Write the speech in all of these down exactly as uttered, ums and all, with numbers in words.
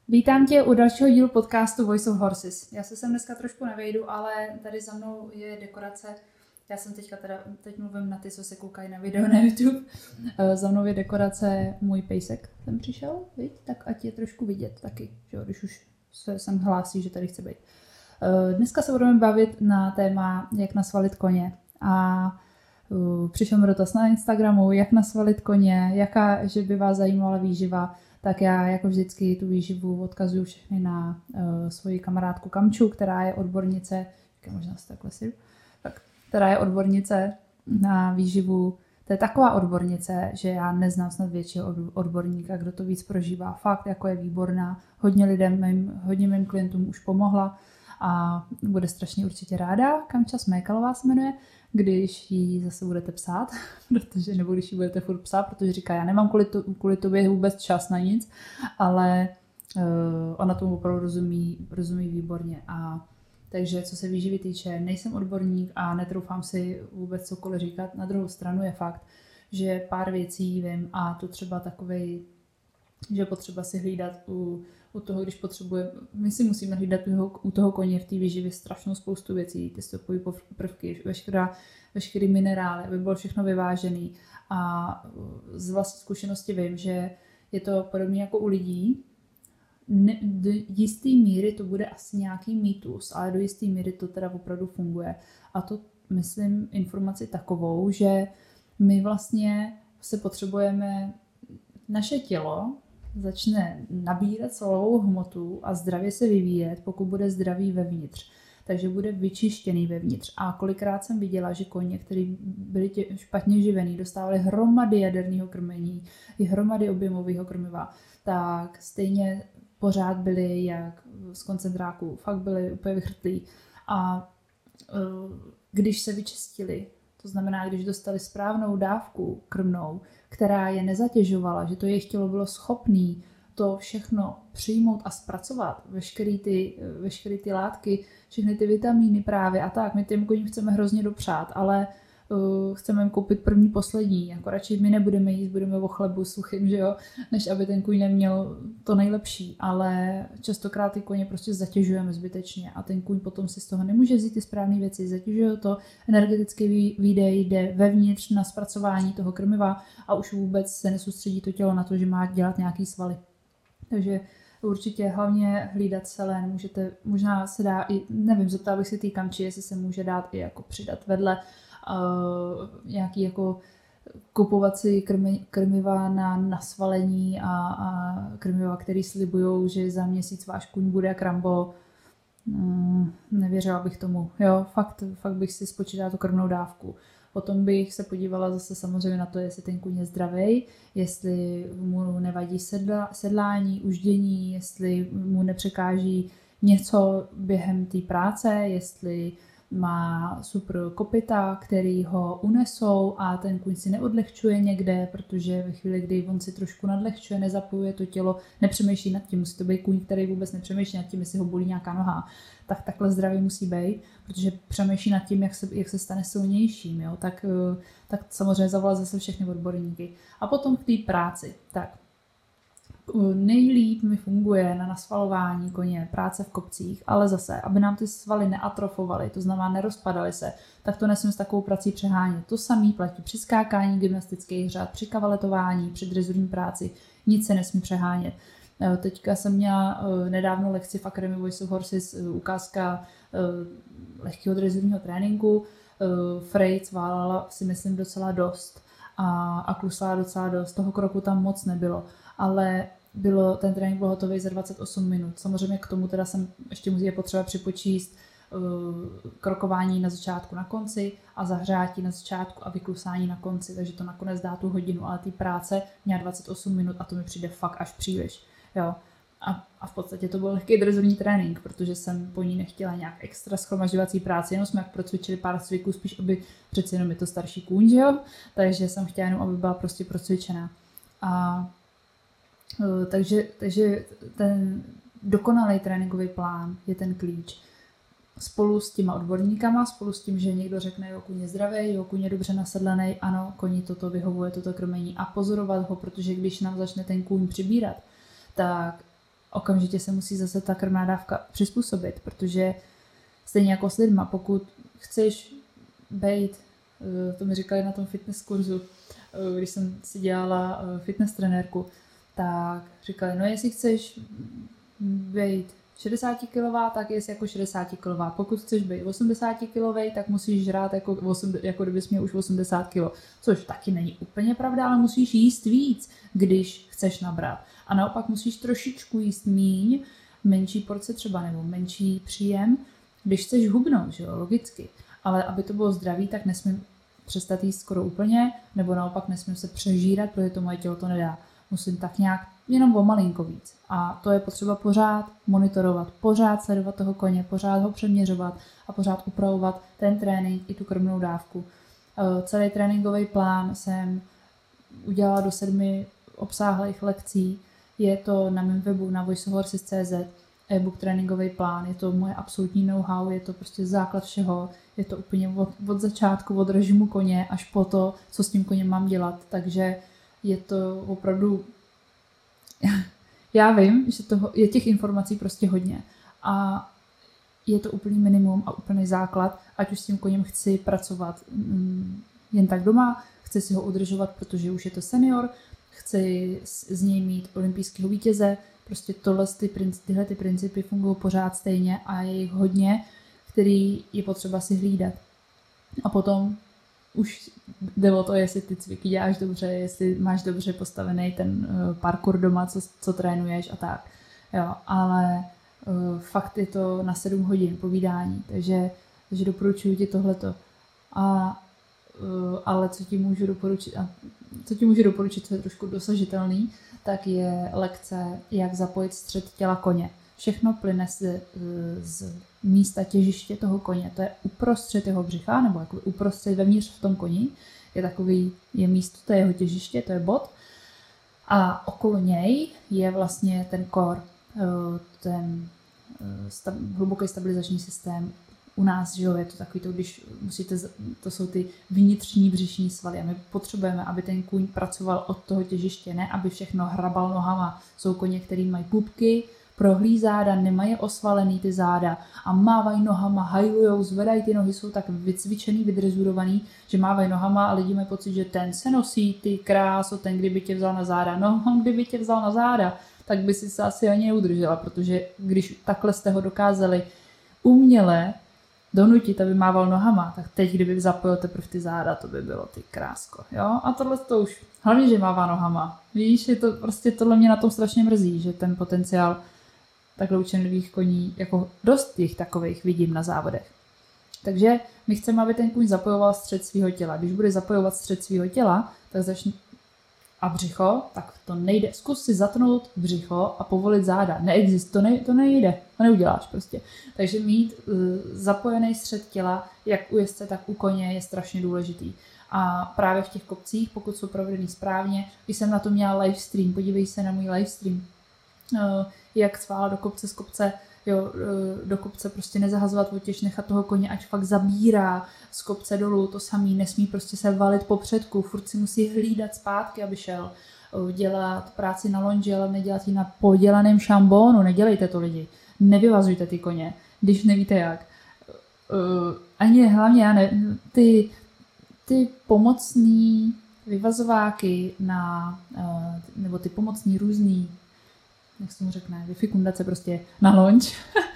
Vítám tě u dalšího dílu podcastu Voice of Horses. Já se sem dneska trošku nevejdu, ale tady za mnou je dekorace. Já jsem teďka teda, teď mluvím na ty, co se koukají na video na YouTube. Za mnou je dekorace můj pejsek. Jsem přišel, viď? Tak ať je trošku vidět taky, že jo, když už se sem hlásí, že tady chce být. Dneska se budeme bavit na téma, jak nasvalit koně. A přišel mi dotaz na Instagramu, jak nasvalit koně, jaká, že by vás zajímala výživa. Tak já jako vždycky tu výživu odkazuju všechny na uh, svoji kamarádku Kamču, která je odbornice, možná si takhle si, tak, která je odbornice na výživu. To je taková odbornice, že já neznám snad většího odborníka, kdo to víc prožívá. Fakt jako je výborná. Hodně lidem, mým, hodně mým klientům už pomohla a bude strašně určitě ráda. Kamča Smékalová se jmenuje, když ji zase budete psát, protože, nebo když ji budete furt psát, protože říká, já nemám kvůli, to, kvůli tobě vůbec čas na nic, ale uh, ona tomu opravdu rozumí, rozumí výborně. A takže co se výživy týče, nejsem odborník a netroufám si vůbec cokoliv říkat. Na druhou stranu je fakt, že pár věcí vím a to třeba takovej, že potřeba si hlídat u, u toho, když potřebujeme, my si musíme hlídat u toho, u toho koně v té výživě strašnou spoustu věcí, ty stopové prvky, veškerá, veškerý minerály, aby bylo všechno vyvážený. A z vlastní zkušenosti vím, že je to podobné jako u lidí. Ne, do jisté míry to bude asi nějaký mýtus, ale do jisté míry to teda opravdu funguje. A to myslím informaci takovou, že my vlastně se potřebujeme, naše tělo začne nabírat svalovou hmotu a zdravě se vyvíjet, pokud bude zdravý vevnitř. Takže bude vyčištěný vevnitř. A kolikrát jsem viděla, že koně, kteří byli tě, špatně živený, dostávali hromady jaderného krmení, i hromady objemového krmiva, tak stejně pořád byli jak z koncentráku. Fakt byli úplně vychrtlí. A když se vyčistili, to znamená, když dostali správnou dávku krmnou, která je nezatěžovala, že to jejich tělo bylo schopné to všechno přijmout a zpracovat, veškeré ty, veškeré ty látky, všechny ty vitamíny právě a tak. My těm koním chceme hrozně dopřát, ale uh, chceme jim koupit první, poslední. Jako radši my nebudeme jíst, budeme o chlebu suchým, že jo, než aby ten kůň neměl to nejlepší. Ale častokrát ty koně prostě zatěžujeme zbytečně a ten kůň potom si z toho nemůže vzít ty správné věci. Zatěžuje to, energetický výdej jde vevnitř na zpracování toho krmiva a už vůbec se nesoustředí to tělo na to, že má dělat nějaký svaly. Takže určitě hlavně hlídat selen, můžete, možná se dá i, nevím, zeptal bych si tý Kamči, jestli se může dát i jako přidat vedle uh, nějaký jako kupovat si krmi, krmiva na nasvalení a, a krmiva, který slibujou, že za měsíc váš kůň bude jak Rambo. Mm, nevěřila bych tomu. Jo, fakt, fakt bych si spočítala tu krmnou dávku. Potom bych se podívala zase samozřejmě na to, jestli ten kůň je zdravý, jestli mu nevadí sedla, sedlání, uždění, jestli mu nepřekáží něco během té práce, jestli má super kopyta, který ho unesou a ten kůň si neodlehčuje někde, protože ve chvíli, kdy on si trošku nadlehčuje, nezapojuje to tělo, nepřemýšlí nad tím, musí to být kůň, který vůbec nepřemýšlí nad tím, jestli ho bolí nějaká noha, tak takhle zdravý musí být, protože přemýšlí nad tím, jak se, jak se stane silnějším, jo? Tak, tak samozřejmě zavolá zase všechny odborníky. A potom v té práci, tak nejlíp mi funguje na nasvalování koně, práce v kopcích, ale zase, aby nám ty svaly neatrofovaly, to znamená nerozpadaly se, tak to nesmím s takovou prací přehánět. To samé platí při skákání gymnastických řád, při kavaletování, při drezurní práci, nic se nesmí přehánět. Teďka jsem měla nedávno lekci v Academy Voice of Horses, ukázka lehkého drezurního tréninku. Frejc válala si myslím docela dost a, a klusala docela dost. Toho kroku tam moc nebylo, ale bylo, ten trénink byl hotový za dvacet osm minut. Samozřejmě k tomu teda jsem ještě musí potřeba připočíst uh, krokování na začátku, na konci a zahřátí na začátku a vyklusání na konci, takže to nakonec dá tu hodinu, ale ty práce měla dvacet osm minut a to mi přijde fakt až příliš. Jo. A, a v podstatě to byl lehký drezurní trénink, protože jsem po ní nechtěla nějak extra schromažďovací práci, jenom jsme jak procvičili pár cviků, spíš aby přeci jenom je to starší kůň, že jo? Takže jsem chtěla jenom, aby byla prostě procvičená. A Takže, takže ten dokonalý tréninkový plán je ten klíč. Spolu s těma odborníkama, spolu s tím, že někdo řekne, jo, kůň je zdravý, jo, kůň je dobře nasedlený, ano, koni toto vyhovuje, toto krmení a pozorovat ho, protože když nám začne ten kůň přibírat, tak okamžitě se musí zase ta krmná dávka přizpůsobit, protože stejně jako s lidma, pokud chceš být, to mi říkali na tom fitness kurzu, když jsem si dělala fitness trenérku, tak říkali, no jestli chceš být šedesátikilová, tak jest jako šedesátikilová. Pokud chceš být osmdesátikilovej, tak musíš žrát jako, osm, jako kdybys měl už osmdesát kilo. Což taky není úplně pravda, ale musíš jíst víc, když chceš nabrat. A naopak musíš trošičku jíst míň, menší porce třeba, nebo menší příjem, když chceš hubnout, že jo, logicky. Ale aby to bylo zdravý, tak nesmím přestat jíst skoro úplně, nebo naopak nesmím se přežírat, protože to moje tělo to nedá. Musím tak nějak jenom o malinko víc. A to je potřeba pořád monitorovat, pořád sledovat toho koně, pořád ho přeměřovat a pořád upravovat ten trénink i tu krmnou dávku. Celý tréninkový plán jsem udělala do sedmi obsáhlých lekcí. Je to na mém webu na voice of horses tečka cz, e-book tréninkový plán, je to moje absolutní know-how, je to prostě základ všeho, je to úplně od, od začátku, od režimu koně až po to, co s tím koněm mám dělat, takže je to opravdu, já vím, že toho, je těch informací prostě hodně a je to úplný minimum a úplný základ, ať už s tím koněm chci pracovat jen tak doma, chci si ho udržovat, protože už je to senior, chci z něj mít olympijského vítěze, prostě tohle, ty, tyhle ty principy fungují pořád stejně a je jich hodně, který je potřeba si hlídat. A potom už jde o to, jestli ty cviky děláš dobře, jestli máš dobře postavený ten parkour doma, co, co trénuješ a tak. Jo, ale uh, fakt je to na sedm hodin povídání, takže, takže doporučuji ti tohleto. A, uh, ale co ti můžu doporučit, a co ti můžu doporučit, co je trošku dosažitelný, tak je lekce, jak zapojit střed těla koně. Všechno plyne z, z místa těžiště toho koně. To je uprostřed jeho břicha, nebo jako uprostřed vevnitř v tom koni. Je takový, je místo, to je jeho těžiště, to je bod. A okolo něj je vlastně ten core, ten hluboký stabilizační systém. U nás, že jo, je to takový to, když musíte, to jsou ty vnitřní břišní svaly a my potřebujeme, aby ten kůň pracoval od toho těžiště, ne aby všechno hrabal nohama. Jsou koně, který mají pupky, prohlí záda, nemají osvalený ty záda a mávají nohama, hajlujou, zvedají ty nohy, jsou tak vycvičený, vydrezurovaný, že mávají nohama a lidi mají pocit, že ten se nosí, ty kráso, ten kdyby tě vzal na záda. No, kdyby tě vzal na záda, tak by si se asi ani neudržela, protože když takhle jste ho dokázali uměle donutit, aby mával nohama, tak teď, kdyby zapojil teprve ty záda, to by bylo ty krásko, jo? A tohle to už, hlavně, že mává nohama. Víš, je to prostě tohle mě na tom strašně mrzí, že ten potenciál takhle učenlivých koní, jako dost jich takových vidím na závodech. Takže my chceme, aby ten kůň zapojoval střed svého těla. Když bude zapojovat střed svého těla, tak začne a břicho, tak to nejde. Zkus si zatnout břicho a povolit záda. Neexistuje, to, ne, to nejde, to neuděláš prostě. Takže mít uh, zapojený střed těla, jak u jezdce, tak u koně, je strašně důležitý. A právě v těch kopcích, pokud jsou provedený správně, když jsem na to měla livestream, podívej se na můj livestream, uh, jak cvála do kopce z kopce, jo, uh, do kopce prostě nezahazovat otěž, nechat toho koně, ať fakt zabírá z kopce dolů, to samý, nesmí prostě se valit po předku, furt si musí hlídat zpátky, aby šel, uh, dělat práci na lonži, ale nedělat ji na podělaném šambónu, nedělejte to lidi, nevyvazujte ty koně, když nevíte jak. Uh, ani hlavně, já ne, ty ty pomocný vyvazováky na, nebo ty pomocný různý, jak se mu řekne, vyfikundace prostě na lonč,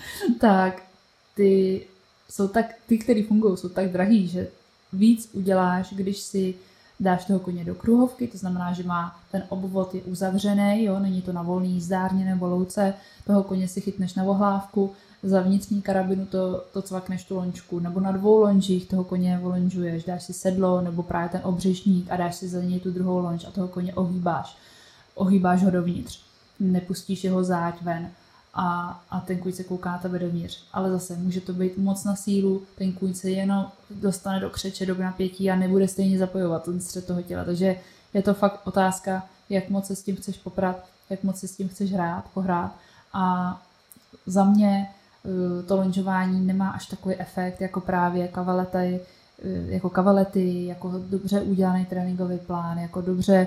tak ty jsou tak, ty, který fungují, jsou tak drahý, že víc uděláš, když si dáš toho koně do kruhovky, to znamená, že má ten obvod je uzavřený, jo, není to na volný jízdárně nebo louce, toho koně si chytneš na vohlávku, za vnitřní karabinu to, to cvakneš tu lončku, nebo na dvou lonžích toho koně volonžuješ, dáš si sedlo, nebo právě ten obřešník a dáš si za něj tu druhou lonž a toho koně ohýbáš. Ohýbáš ho dovnitř, nepustíš jeho záď ven a, a ten kůň se kouká na tebe dovnitř. Ale zase může to být moc na sílu, ten kůň se jenom dostane do křeče, do napětí a nebude stejně zapojovat ten střed toho těla. Takže je to fakt otázka, jak moc se s tím chceš poprat, jak moc se s tím chceš hrát, pohrát. A za mě to lonžování nemá až takový efekt jako právě kavalety, jako kavalety, jako dobře udělaný tréninkový plán, jako dobře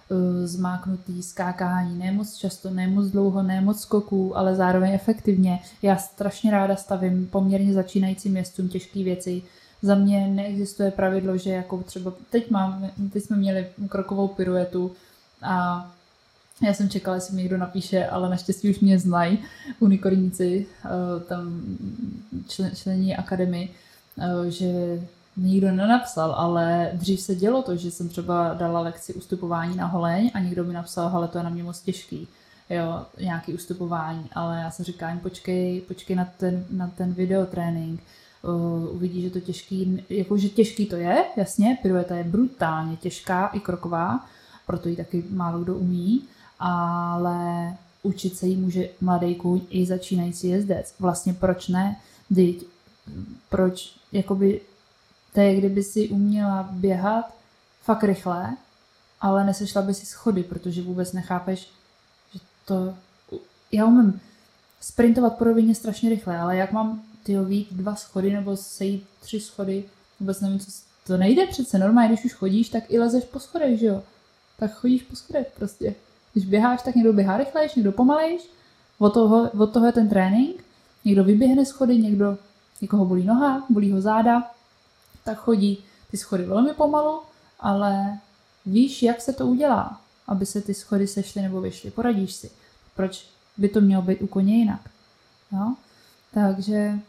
zmáknutý skákání, ne moc často, ne moc dlouho, ne moc skoků, ale zároveň efektivně. Já strašně ráda stavím poměrně začínajícím městům těžké věci. Za mě neexistuje pravidlo, že jako třeba teď, mám, teď jsme měli krokovou piruetu a já jsem čekala, jestli mi někdo napíše, ale naštěstí už mě znají unikorníci, tam člen, člení akademii, že nikdo nenapsal, ale dřív se dělo to, že jsem třeba dala lekci ustupování na holeň a někdo mi napsal, hele, to je na mě moc těžký, jo, nějaký ustupování, ale já jsem říkám, počkej, počkej na ten, na ten videotrénink, uh, uvidí, že to těžký, jakože těžký to je, jasně, pirueta je brutálně těžká i kroková, proto ji taky málo kdo umí, ale učit se jí může mladý kůň i začínající jezdec. Vlastně proč ne? Vždyť, proč, jakoby, to je, kdyby si uměla běhat fakt rychle, ale nesešla by si schody, protože vůbec nechápeš, že to... Já umím sprintovat po rovině strašně rychle, ale jak mám tyjo vít dva schody nebo sejít tři schody, vůbec nevím, co... To nejde přece, normálně, když už chodíš, tak i lezeš po schodech, že jo? Tak chodíš po schodech prostě. Když běháš, tak někdo běhá rychlejš, někdo pomalejš, od toho, od toho je ten trénink, někdo vyběhne schody, někdo, někoho bolí noha, bolí ho záda, tak chodí ty schody velmi pomalu, ale víš, jak se to udělá, aby se ty schody sešly nebo vyšly, poradíš si, proč by to mělo být u koně jinak. Jo? Takže,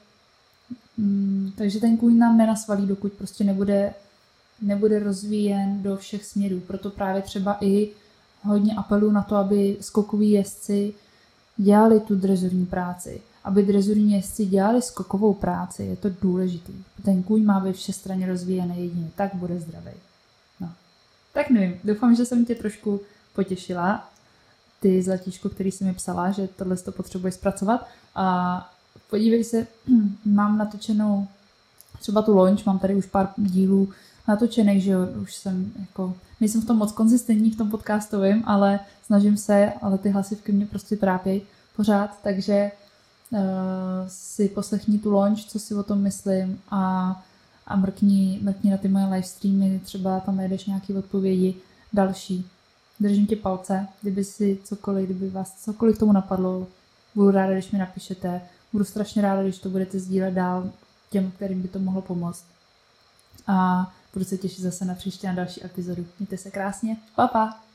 mm, takže ten kůň nám nenasvalí, dokud prostě nebude, nebude rozvíjen do všech směrů, proto právě třeba i hodně apelů na to, aby skokoví jezdci dělali tu drezurní práci. Aby drezurní jezdci dělali skokovou práci, je to důležitý. Ten kůň má být všestranně rozvíjený, jedině tak bude zdravý. No. Tak nevím, doufám, že jsem tě trošku potěšila. Ty zlatíčko, který jsi mi psala, že tohle to potřebuješ zpracovat. A podívej se, mám natočenou třeba tu launch, mám tady už pár dílů natočených, že jo, už jsem jako, nejsem v tom moc konzistentní v tom podcastovém, ale snažím se, ale ty hlasivky mě prostě trápějí pořád, takže uh, si poslechni tu launch, co si o tom myslím a, a mrkni, mrkni na ty moje livestreamy, třeba tam najdeš nějaké odpovědi další. Držím ti palce, kdyby si cokoliv, kdyby vás cokoliv k tomu napadlo, budu ráda, když mi napíšete, budu strašně ráda, když to budete sdílet dál těm, kterým by to mohlo pomoct. A budu se těšit zase na příště na další epizodu. Mějte se krásně. Pa, pa.